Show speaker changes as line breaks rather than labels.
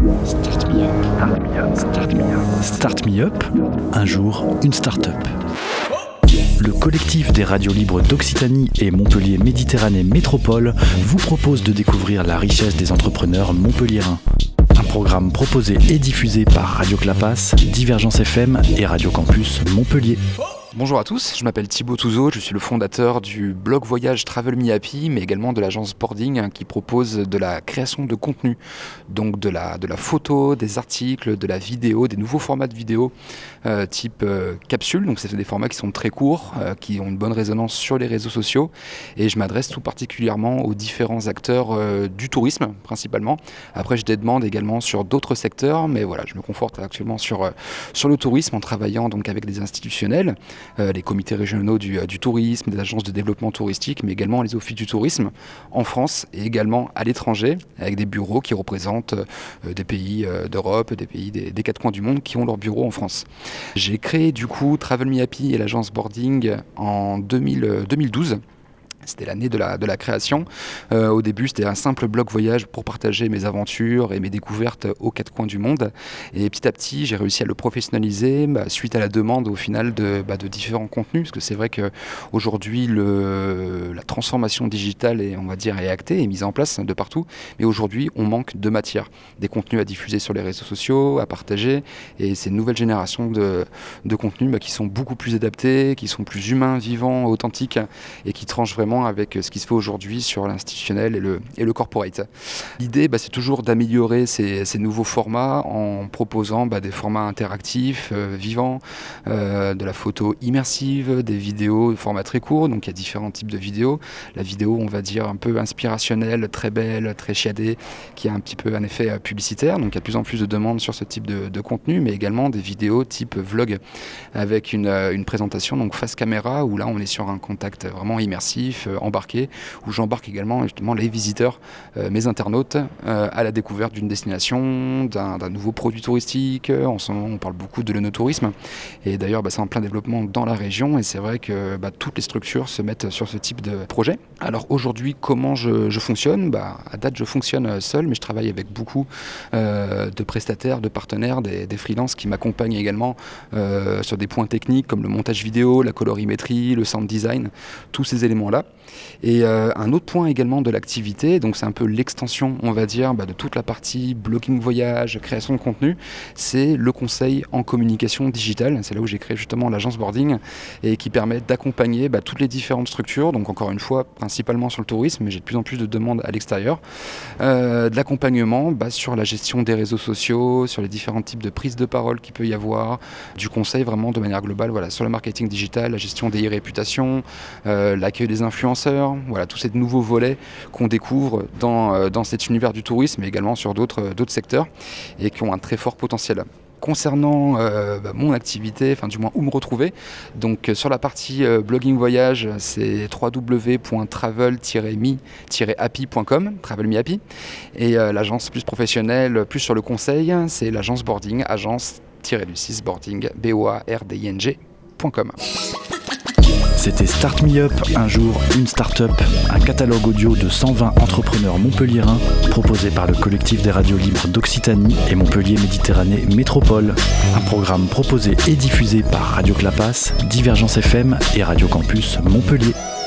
Start me up. Start me up.
Start me up, un jour, une start-up. Le collectif des radios libres d'Occitanie et Montpellier Méditerranée Métropole vous propose de découvrir la richesse des entrepreneurs montpelliérains. Un programme proposé et diffusé par Radio Clapas, Divergence FM et Radio Campus Montpellier.
Bonjour à tous, je m'appelle Thibaut Touzeau, je suis le fondateur du blog voyage Travel Me Happy, mais également de l'agence Boarding qui propose de la création de contenu, donc de la photo, des articles, de la vidéo, des nouveaux formats de vidéo type capsule, donc c'est des formats qui sont très courts, qui ont une bonne résonance sur les réseaux sociaux, et je m'adresse tout particulièrement aux différents acteurs du tourisme principalement. Après j'ai des demandes également sur d'autres secteurs, mais voilà, je me conforte actuellement sur le tourisme en travaillant donc avec des institutionnels, les comités régionaux du tourisme, des agences de développement touristique, mais également les offices du tourisme en France et également à l'étranger, avec des bureaux qui représentent des pays d'Europe, des pays des quatre coins du monde qui ont leurs bureaux en France. J'ai créé du coup Travel Me Happy et l'agence Boarding en 2012. C'était l'année de la création. Au début, c'était un simple blog voyage pour partager mes aventures et mes découvertes aux quatre coins du monde. Et petit à petit, j'ai réussi à le professionnaliser suite à la demande au final de différents contenus. Parce que c'est vrai qu'aujourd'hui, la transformation digitale est actée et mise en place de partout. Mais aujourd'hui, on manque de matière. Des contenus à diffuser sur les réseaux sociaux, à partager. Et ces nouvelles générations de contenus qui sont beaucoup plus adaptés, qui sont plus humains, vivants, authentiques et qui tranchent vraiment avec ce qui se fait aujourd'hui sur l'institutionnel et le corporate. L'idée, c'est toujours d'améliorer ces nouveaux formats en proposant des formats interactifs, vivants, de la photo immersive, des vidéos de format très court, donc il y a différents types de vidéos. La vidéo, on va dire, un peu inspirationnelle, très belle, très chiadée, qui a un petit peu un effet publicitaire, donc il y a de plus en plus de demandes sur ce type de contenu, mais également des vidéos type vlog, avec une présentation donc face caméra, où là on est sur un contact vraiment immersif, embarqué, où j'embarque également justement les visiteurs, mes internautes, à la découverte d'une destination, d'un nouveau produit touristique. En ce moment, on parle beaucoup de l'œnotourisme, et d'ailleurs, c'est en plein développement dans la région, et c'est vrai que toutes les structures se mettent sur ce type de projet. Alors aujourd'hui, comment je fonctionne ? À date, je fonctionne seul, mais je travaille avec beaucoup de prestataires, de partenaires, des freelances qui m'accompagnent également sur des points techniques comme le montage vidéo, la colorimétrie, le sound design, tous ces éléments-là. Et un autre point également de l'activité, donc c'est un peu l'extension, on va dire, de toute la partie blogging voyage, création de contenu, c'est le conseil en communication digitale. C'est là où j'ai créé justement l'agence Boarding et qui permet d'accompagner toutes les différentes structures, donc encore une fois, principalement sur le tourisme, mais j'ai de plus en plus de demandes à l'extérieur, de l'accompagnement sur la gestion des réseaux sociaux, sur les différents types de prises de parole qu'il peut y avoir, du conseil vraiment de manière globale, sur le marketing digital, la gestion des e-réputations, l'accueil des influenceurs, tous ces nouveaux volets qu'on découvre dans cet univers du tourisme, mais également sur d'autres secteurs et qui ont un très fort potentiel. Concernant mon activité, du moins où me retrouver, donc sur la partie blogging voyage, c'est www.travel-me-happy.com, Travel Me Happy, et l'agence plus professionnelle, plus sur le conseil, c'est l'agence Boarding, agence-du-6 boarding, boarding.com.
C'était Start Me Up, un jour, une start-up, un catalogue audio de 120 entrepreneurs montpelliérains proposé par le collectif des radios libres d'Occitanie et Montpellier Méditerranée Métropole. Un programme proposé et diffusé par Radio Clapas, Divergence FM et Radio Campus Montpellier.